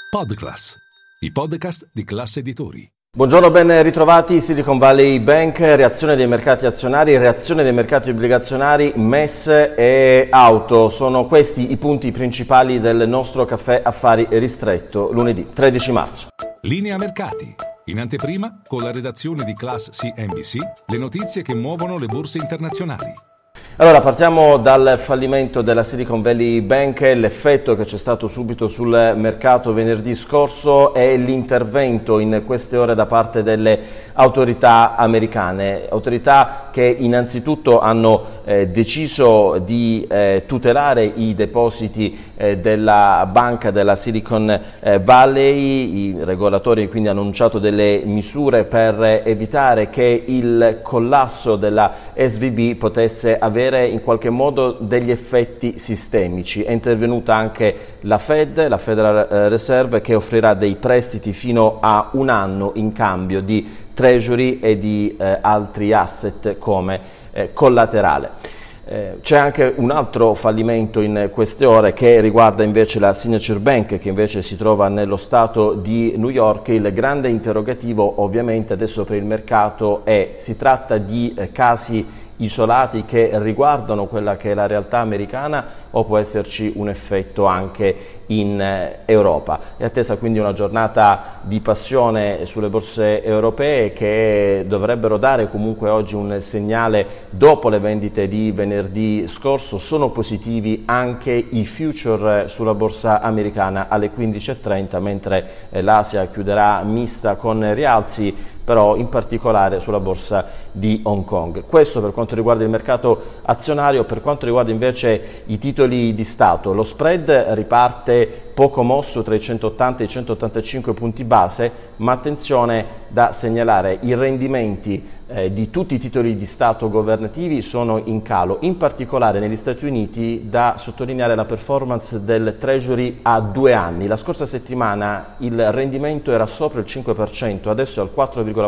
Podclass, i podcast di Class Editori. Buongiorno, ben ritrovati. Silicon Valley Bank, reazione dei mercati azionari, reazione dei mercati obbligazionari, MES e auto. Sono questi i punti principali del nostro caffè affari ristretto, lunedì 13 marzo. Linea mercati. In anteprima, con la redazione di Class CNBC, le notizie che muovono le borse internazionali. Allora, partiamo dal fallimento della Silicon Valley Bank, l'effetto che c'è stato subito sul mercato venerdì scorso e l'intervento in queste ore da parte delle autorità americane, autorità che innanzitutto hanno deciso di tutelare i depositi della banca della Silicon Valley. I regolatori quindi hanno annunciato delle misure per evitare che il collasso della SVB potesse avere in qualche modo degli effetti sistemici. È intervenuta anche la Fed, la Federal Reserve, che offrirà dei prestiti fino a un anno in cambio di treasury e di altri asset come collaterale. C'è anche un altro fallimento in queste ore che riguarda invece la Signature Bank, che invece si trova nello stato di New York. Il grande interrogativo ovviamente adesso per il mercato è: si tratta di casi isolati che riguardano quella che è la realtà americana o può esserci un effetto anche in Europa? È attesa quindi una giornata di passione sulle borse europee che dovrebbero dare comunque oggi un segnale dopo le vendite di venerdì scorso. Sono positivi anche i future sulla borsa americana alle 15:30, mentre l'Asia chiuderà mista con rialzi, però in particolare sulla borsa di Hong Kong. Questo per quanto riguarda il mercato azionario. Per quanto riguarda invece i titoli di Stato, lo spread riparte poco mosso tra i 180 e i 185 punti base, ma attenzione da segnalare: i rendimenti di tutti i titoli di Stato governativi sono in calo, in particolare negli Stati Uniti. Da sottolineare la performance del Treasury a 2 anni. La scorsa settimana il rendimento era sopra il 5%, adesso è al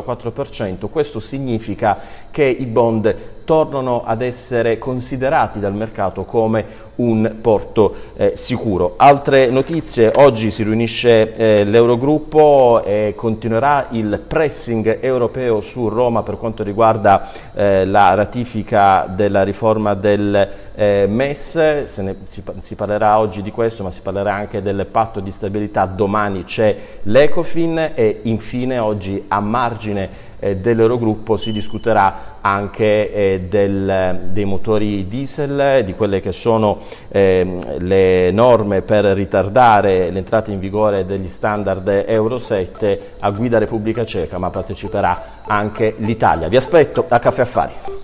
4,4%. Questo significa che i bond tornano ad essere considerati dal mercato come un porto sicuro. Altre notizie: oggi si riunisce l'Eurogruppo e continuerà il pressing europeo su Roma per quanto riguarda la ratifica della riforma del MES. Si parlerà oggi di questo, ma si parlerà anche del patto di stabilità. Domani c'è l'Ecofin e infine oggi, a margine dell'Eurogruppo, si discuterà anche dei motori diesel, di quelle che sono le norme per ritardare l'entrata in vigore degli standard Euro 7 a guida Repubblica Ceca, ma parteciperà anche l'Italia. Vi aspetto a Caffè Affari.